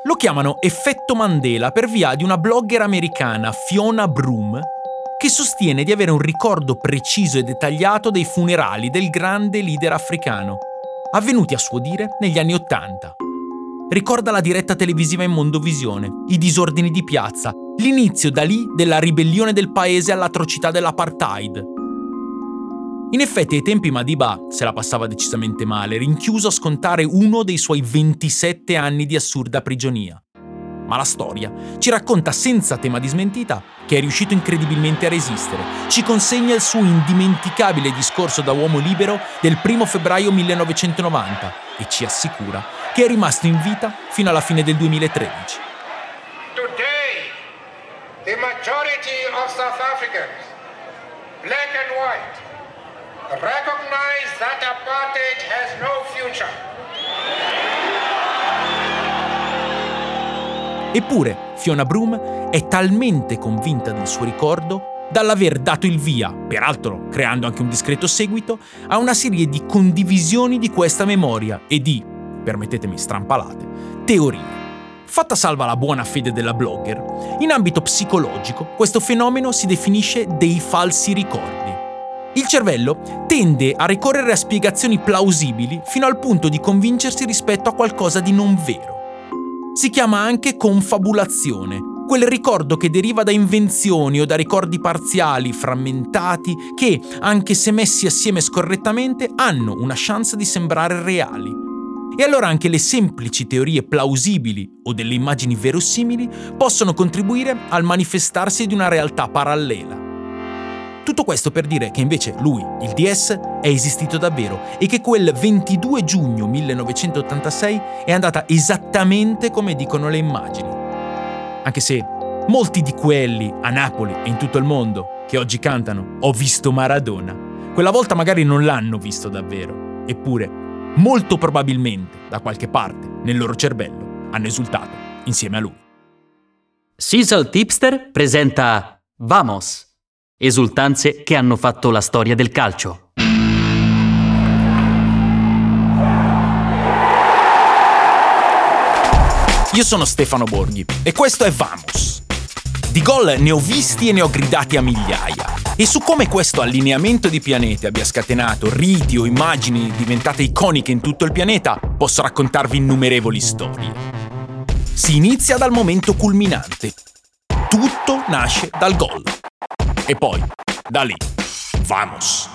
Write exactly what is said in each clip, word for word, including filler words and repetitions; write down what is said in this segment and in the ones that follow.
Lo chiamano effetto Mandela per via di una blogger americana, Fiona Broome, che sostiene di avere un ricordo preciso e dettagliato dei funerali del grande leader africano, avvenuti a suo dire negli anni Ottanta. Ricorda la diretta televisiva in Mondovisione, i disordini di piazza, l'inizio da lì della ribellione del paese all'atrocità dell'apartheid. In effetti ai tempi Madiba se la passava decisamente male, rinchiuso a scontare uno dei suoi ventisette anni di assurda prigionia. Ma la storia ci racconta senza tema di smentita che è riuscito incredibilmente a resistere. Ci consegna il suo indimenticabile discorso da uomo libero del primo febbraio millenovecentonovanta e ci assicura che è rimasto in vita fino alla fine del duemilatredici. Today, the majority of South Africans, black and white, recognize that apartheid has no future. Eppure, Fiona Broome è talmente convinta del suo ricordo dall'aver dato il via, peraltro creando anche un discreto seguito, a una serie di condivisioni di questa memoria e di, permettetemi strampalate, teorie. Fatta salva la buona fede della blogger, in ambito psicologico questo fenomeno si definisce dei falsi ricordi. Il cervello tende a ricorrere a spiegazioni plausibili fino al punto di convincersi rispetto a qualcosa di non vero. Si chiama anche confabulazione, quel ricordo che deriva da invenzioni o da ricordi parziali, frammentati, che, anche se messi assieme scorrettamente, hanno una chance di sembrare reali. E allora anche le semplici teorie plausibili o delle immagini verosimili possono contribuire al manifestarsi di una realtà parallela. Tutto questo per dire che invece lui, il D S, è esistito davvero e che quel ventidue giugno millenovecentottantasei è andata esattamente come dicono le immagini. Anche se molti di quelli a Napoli e in tutto il mondo che oggi cantano "Ho visto Maradona", quella volta magari non l'hanno visto davvero, eppure molto probabilmente da qualche parte nel loro cervello hanno esultato insieme a lui. Sisal Tipster presenta Vamos! Esultanze che hanno fatto la storia del calcio. Io sono Stefano Borghi e questo è Vamos. Di gol ne ho visti e ne ho gridati a migliaia. E su come questo allineamento di pianeti abbia scatenato riti o immagini diventate iconiche in tutto il pianeta, posso raccontarvi innumerevoli storie. Si inizia dal momento culminante. Tutto nasce dal gol. E poi, da lì, vamos!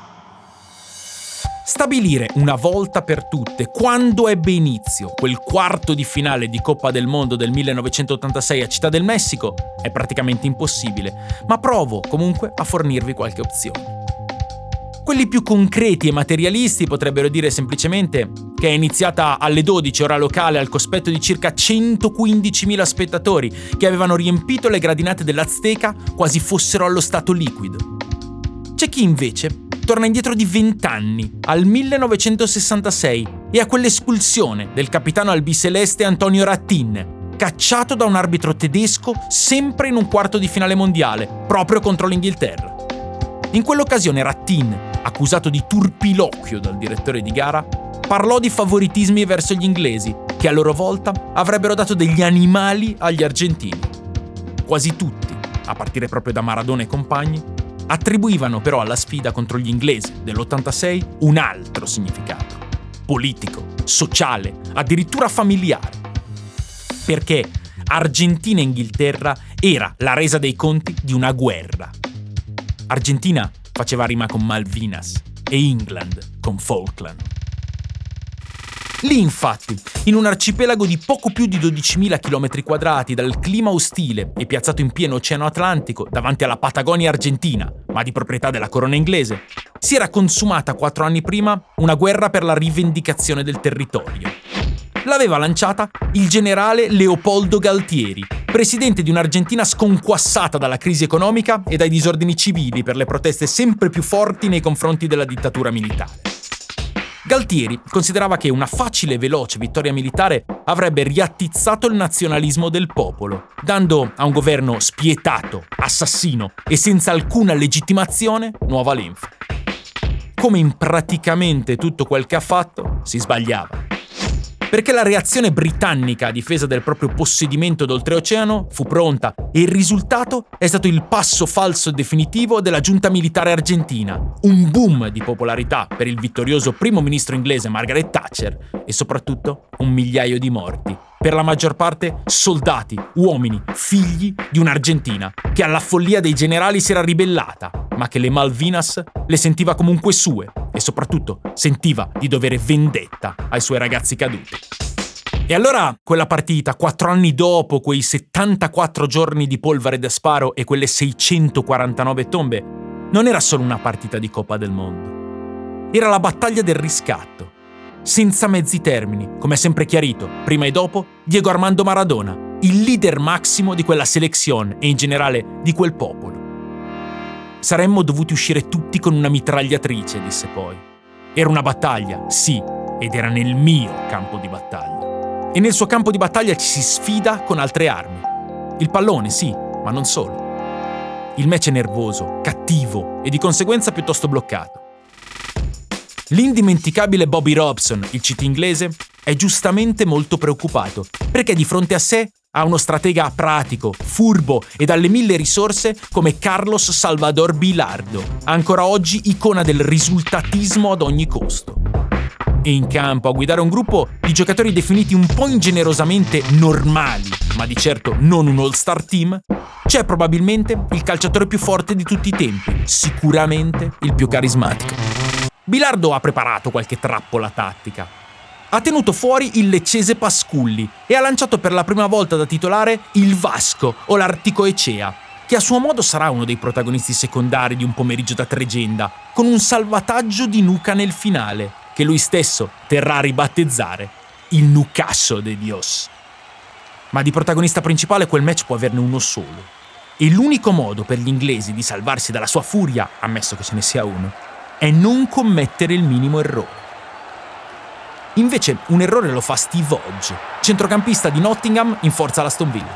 Stabilire una volta per tutte quando ebbe inizio quel quarto di finale di Coppa del Mondo del millenovecentottantasei a Città del Messico è praticamente impossibile, ma provo comunque a fornirvi qualche opzione. Quelli più concreti e materialisti potrebbero dire semplicemente che è iniziata alle dodici ora locale al cospetto di circa centoquindicimila spettatori che avevano riempito le gradinate dell'Azteca quasi fossero allo stato liquido. C'è chi invece torna indietro di vent'anni, al millenovecentosessantasei, e a quell'espulsione del capitano albiceleste Antonio Rattin, cacciato da un arbitro tedesco sempre in un quarto di finale mondiale, proprio contro l'Inghilterra. In quell'occasione Rattin, accusato di turpiloquio dal direttore di gara, parlò di favoritismi verso gli inglesi, che a loro volta avrebbero dato degli animali agli argentini. Quasi tutti, a partire proprio da Maradona e compagni, attribuivano però alla sfida contro gli inglesi dell'ottantasei un altro significato: politico, sociale, addirittura familiare. Perché Argentina e Inghilterra era la resa dei conti di una guerra. Argentina faceva rima con Malvinas e England con Falkland. Lì, infatti, in un arcipelago di poco più di dodicimila chilometri quadrati dal clima ostile e piazzato in pieno Oceano Atlantico davanti alla Patagonia argentina, ma di proprietà della corona inglese, si era consumata quattro anni prima una guerra per la rivendicazione del territorio. L'aveva lanciata il generale Leopoldo Galtieri, presidente di un'Argentina sconquassata dalla crisi economica e dai disordini civili per le proteste sempre più forti nei confronti della dittatura militare. Galtieri considerava che una facile e veloce vittoria militare avrebbe riattizzato il nazionalismo del popolo, dando a un governo spietato, assassino e senza alcuna legittimazione nuova linfa. Come in praticamente tutto quel che ha fatto, si sbagliava. perché la reazione britannica a difesa del proprio possedimento d'oltreoceano fu pronta e il risultato è stato il passo falso definitivo della giunta militare argentina, un boom di popolarità per il vittorioso primo ministro inglese Margaret Thatcher e soprattutto un migliaio di morti, per la maggior parte soldati, uomini, figli di un'Argentina che alla follia dei generali si era ribellata, ma che le Malvinas le sentiva comunque sue e soprattutto sentiva di dovere vendetta ai suoi ragazzi caduti. E allora quella partita, quattro anni dopo quei settantaquattro giorni di polvere da sparo e quelle seicentoquarantanove tombe, non era solo una partita di Coppa del Mondo. Era la battaglia del riscatto, senza mezzi termini, come ha sempre chiarito, prima e dopo, Diego Armando Maradona, il leader massimo di quella selezione e in generale di quel popolo. Saremmo dovuti uscire tutti con una mitragliatrice, disse poi. Era una battaglia, sì, ed era nel mio campo di battaglia. E nel suo campo di battaglia ci si sfida con altre armi. Il pallone, sì, ma non solo. Il match è nervoso, cattivo e di conseguenza piuttosto bloccato. L'indimenticabile Bobby Robson, il C T inglese, è giustamente molto preoccupato, perché di fronte a sé ha uno stratega pratico, furbo e dalle mille risorse come Carlos Salvador Bilardo, ancora oggi icona del risultatismo ad ogni costo. E in campo a guidare un gruppo di giocatori definiti un po' ingenerosamente normali, ma di certo non un all-star team, c'è probabilmente il calciatore più forte di tutti i tempi, sicuramente il più carismatico. Bilardo ha preparato qualche trappola tattica. Ha tenuto fuori il leccese Pasculli e ha lanciato per la prima volta da titolare il Vasco o l'Articoecea, che a suo modo sarà uno dei protagonisti secondari di un pomeriggio da tregenda, con un salvataggio di nuca nel finale, che lui stesso terrà a ribattezzare il Nucasso de Dios. Ma di protagonista principale quel match può averne uno solo. E l'unico modo per gli inglesi di salvarsi dalla sua furia, ammesso che ce ne sia uno, è non commettere il minimo errore. Invece un errore lo fa Steve Hodge, centrocampista di Nottingham in forza all'Aston Villa.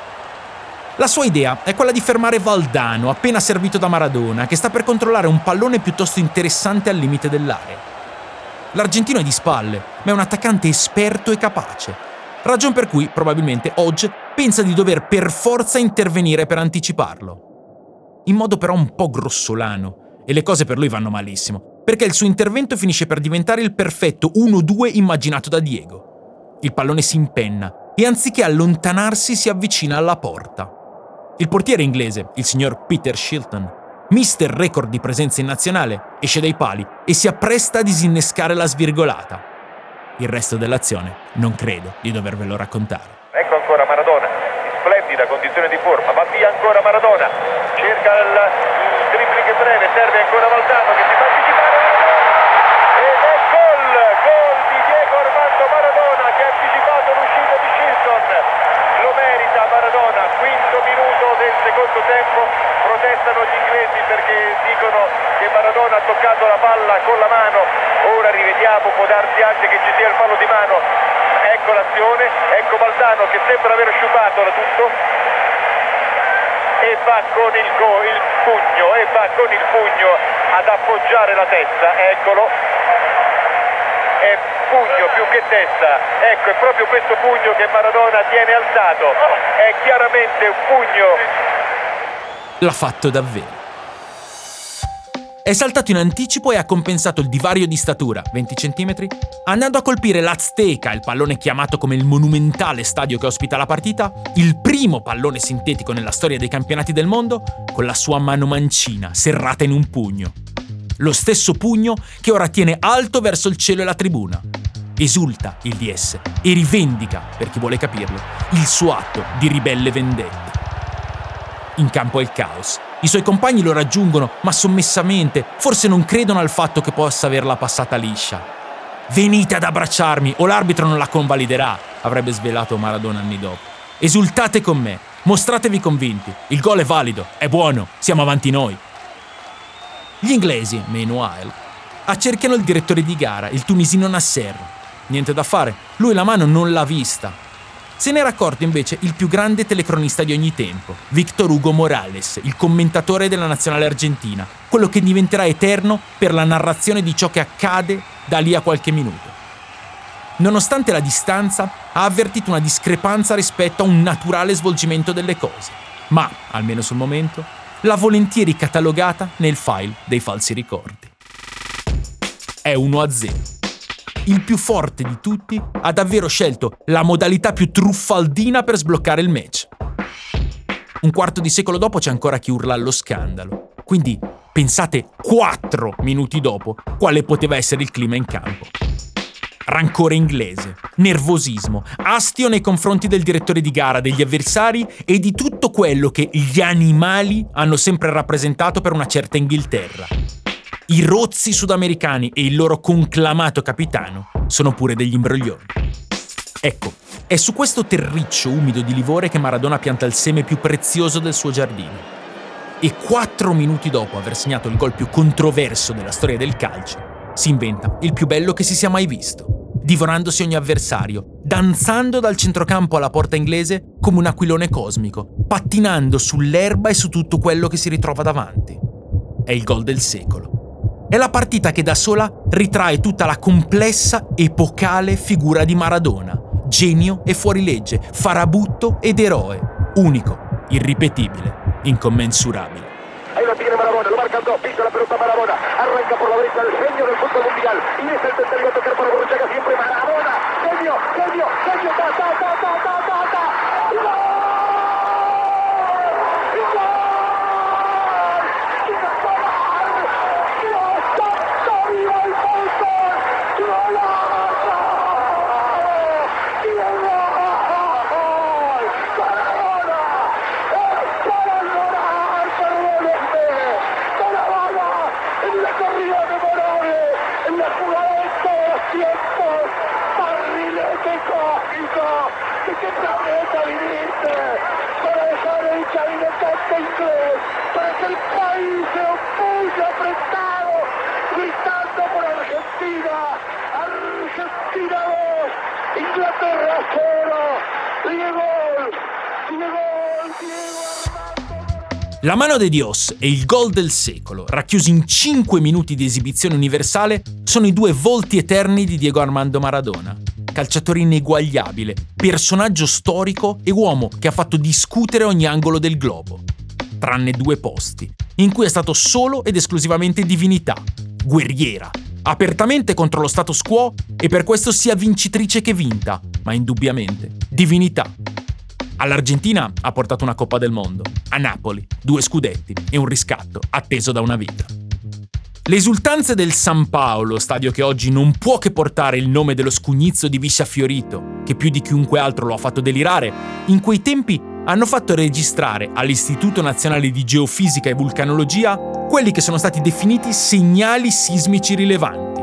La sua idea è quella di fermare Valdano, appena servito da Maradona, che sta per controllare un pallone piuttosto interessante al limite dell'area. L'argentino è di spalle, ma è un attaccante esperto e capace, ragion per cui probabilmente Hodge pensa di dover per forza intervenire per anticiparlo. In modo però un po' grossolano, e le cose per lui vanno malissimo, perché il suo intervento finisce per diventare il perfetto uno due immaginato da Diego. Il pallone si impenna e anziché allontanarsi si avvicina alla porta. Il portiere inglese, il signor Peter Shilton, mister record di presenza in nazionale, esce dai pali e si appresta a disinnescare la svirgolata. Il resto dell'azione non credo di dovervelo raccontare. Ecco ancora Maradona, in splendida condizione di forma, va via ancora Maradona, cerca il, il dribbling breve, serve ancora Valdano che si fa anticipare ed è gol, gol di Diego Armando Maradona che ha anticipato l'uscita di Shilton, lo merita Maradona, quinto minuto del secondo tempo, protestano gli inglesi perché dicono che Maradona ha toccato la palla con la mano, ora rivediamo, può darsi anche che ci sia il fallo di mano. Ecco l'azione, ecco Valdano che sembra aver sciupato tutto e va con il, go, il pugno e va con il pugno ad appoggiare la testa, eccolo, è pugno più che testa, ecco è proprio questo pugno che Maradona tiene alzato, è chiaramente un pugno. L'ha fatto davvero. È saltato in anticipo e ha compensato il divario di statura, venti centimetri, andando a colpire l'Azteca, il pallone chiamato come il monumentale stadio che ospita la partita, il primo pallone sintetico nella storia dei campionati del mondo, con la sua mano mancina, serrata in un pugno. Lo stesso pugno che ora tiene alto verso il cielo e la tribuna. Esulta il D S e rivendica, per chi vuole capirlo, il suo atto di ribelle vendetta. In campo è il caos. I suoi compagni lo raggiungono, ma sommessamente, forse non credono al fatto che possa averla passata liscia. «Venite ad abbracciarmi o l'arbitro non la convaliderà», avrebbe svelato Maradona anni dopo. «Esultate con me, mostratevi convinti, il gol è valido, è buono, siamo avanti noi». Gli inglesi, meanwhile, accerchiano il direttore di gara, il tunisino Nasser. Niente da fare, lui la mano non l'ha vista. Se n'era accorto invece il più grande telecronista di ogni tempo, Víctor Hugo Morales, il commentatore della nazionale argentina, quello che diventerà eterno per la narrazione di ciò che accade da lì a qualche minuto. nonostante la distanza, ha avvertito una discrepanza rispetto a un naturale svolgimento delle cose, ma, almeno sul momento, l'ha volentieri catalogata nel file dei falsi ricordi. È uno a zero. Il più forte di tutti ha davvero scelto la modalità più truffaldina per sbloccare il match. Un quarto di secolo dopo c'è ancora chi urla allo scandalo. Quindi pensate quattro minuti dopo quale poteva essere il clima in campo. Rancore inglese, nervosismo, astio nei confronti del direttore di gara, degli avversari e di tutto quello che gli animali hanno sempre rappresentato per una certa Inghilterra. I rozzi sudamericani e il loro conclamato capitano sono pure degli imbroglioni. Ecco, è su questo terriccio umido di livore che Maradona pianta il seme più prezioso del suo giardino. E quattro minuti dopo aver segnato il gol più controverso della storia del calcio, si inventa il più bello che si sia mai visto, divorandosi ogni avversario, danzando dal centrocampo alla porta inglese come un aquilone cosmico, pattinando sull'erba e su tutto quello che si ritrova davanti. È il gol del secolo. È la partita che da sola ritrae tutta la complessa, epocale figura di Maradona, genio e fuorilegge, farabutto ed eroe, unico, irripetibile, incommensurabile. Ahí lo tiene Maradona, lo marcan dos, pisa la pelota Maradona, arranca por la derecha el genio del fútbol mundial, y es el tercero a tocar para Borruchaga, siempre Maradona, genio, genio, genio, ta, ta, ta, ta, ta, ta, ta, ¡y gol! ¡Y gol! ¡Y gol! ¡Dios santo, viva el fútbol! ¡Golazo! ¡Y el gol! ¡Maradona! ¡Es para llorar, perdónenme! ¡Maradona! ¡En la corrida memorable! ¡En la jugada de todos los tiempos! ¡Barrilete cósmico! ¿De qué planeta viniste? Para dejar el chavinetante inglés, para que el país se opulle apretado, gritando por Argentina. Argentina dos, Inglaterra cero. Diego, Diego, Diego Armando. La mano de Dios e il gol del secolo, racchiusi in cinque minuti di esibizione universale, sono i due volti eterni di Diego Armando Maradona. Calciatore ineguagliabile, personaggio storico e uomo che ha fatto discutere ogni angolo del globo. Tranne due posti, in cui è stato solo ed esclusivamente divinità, guerriera, apertamente contro lo status quo e per questo sia vincitrice che vinta, ma indubbiamente divinità. All'Argentina ha portato una Coppa del Mondo, a Napoli due scudetti e un riscatto atteso da una vita. Le esultanze del San Paolo, stadio che oggi non può che portare il nome dello scugnizzo di Viscia Fiorito, che più di chiunque altro lo ha fatto delirare, in quei tempi hanno fatto registrare all'Istituto Nazionale di Geofisica e Vulcanologia quelli che sono stati definiti segnali sismici rilevanti.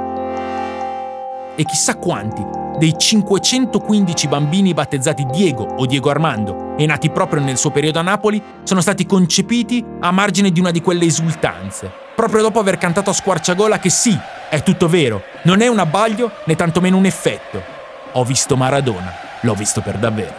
E chissà quanti dei cinquecentoquindici bambini battezzati Diego o Diego Armando e nati proprio nel suo periodo a Napoli sono stati concepiti a margine di una di quelle esultanze, proprio dopo aver cantato a squarciagola che sì, è tutto vero, non è un abbaglio né tantomeno un effetto. Ho visto Maradona, l'ho visto per davvero.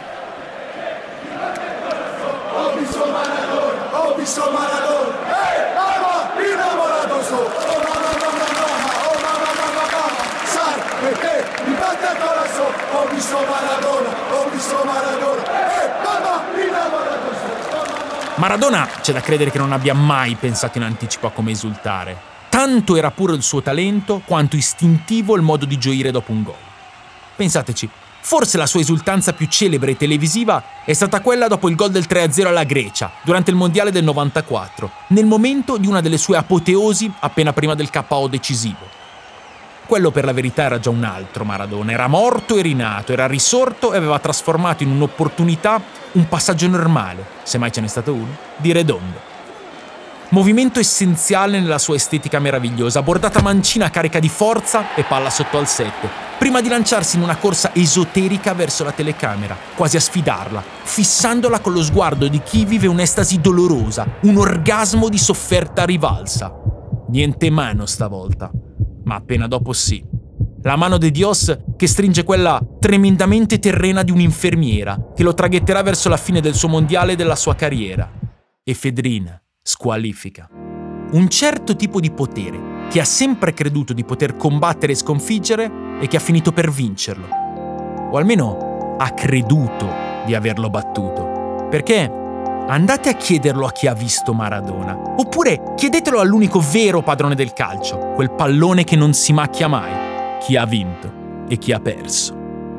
Ho visto Maradona, ho visto Maradona, ehi, mamma, innamorato su, oh mamma, mamma, mamma, oh mamma, mamma, mamma, sai perché mi batte il corazón, ho visto Maradona, ho visto Maradona, ehi, mamma, innamorato su, oh mamma, mamma. Maradona c'è da credere che non abbia mai pensato in anticipo a come esultare. Tanto era puro il suo talento quanto istintivo il modo di gioire dopo un gol. Pensateci, forse la sua esultanza più celebre e televisiva è stata quella dopo il gol del tre a zero alla Grecia, durante il Mondiale del novantaquattro, nel momento di una delle sue apoteosi appena prima del K O decisivo. Quello per la verità era già un altro Maradona, era morto e rinato, era risorto e aveva trasformato in un'opportunità un passaggio normale, se mai ce n'è stato uno, di redondo. Movimento essenziale nella sua estetica meravigliosa, bordata mancina carica di forza e palla sotto al sette, prima di lanciarsi in una corsa esoterica verso la telecamera, quasi a sfidarla, fissandola con lo sguardo di chi vive un'estasi dolorosa, un orgasmo di sofferta rivalsa. Niente mano stavolta, ma appena dopo sì. La mano de Dios che stringe quella tremendamente terrena di un'infermiera che lo traghetterà verso la fine del suo mondiale e della sua carriera. Efedrina, squalifica. Un certo tipo di potere, che ha sempre creduto di poter combattere e sconfiggere e che ha finito per vincerlo. O almeno ha creduto di averlo battuto. Perché andate a chiederlo a chi ha visto Maradona. Oppure chiedetelo all'unico vero padrone del calcio, quel pallone che non si macchia mai, chi ha vinto e chi ha perso.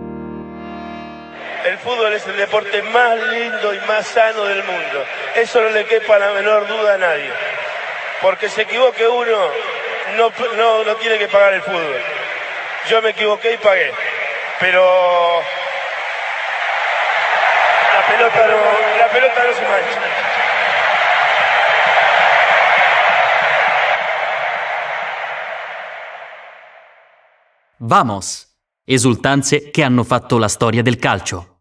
El fútbol es el deporte más lindo y más sano del mundo. Eso no le quepa la menor duda a nadie. Porque se equivoque uno, no, no, no tiene que pagar el fútbol. Yo me equivoqué y pagué. Pero la pelota no, la pelota no se mancha. Vamos! Esultanze che hanno fatto la storia del calcio.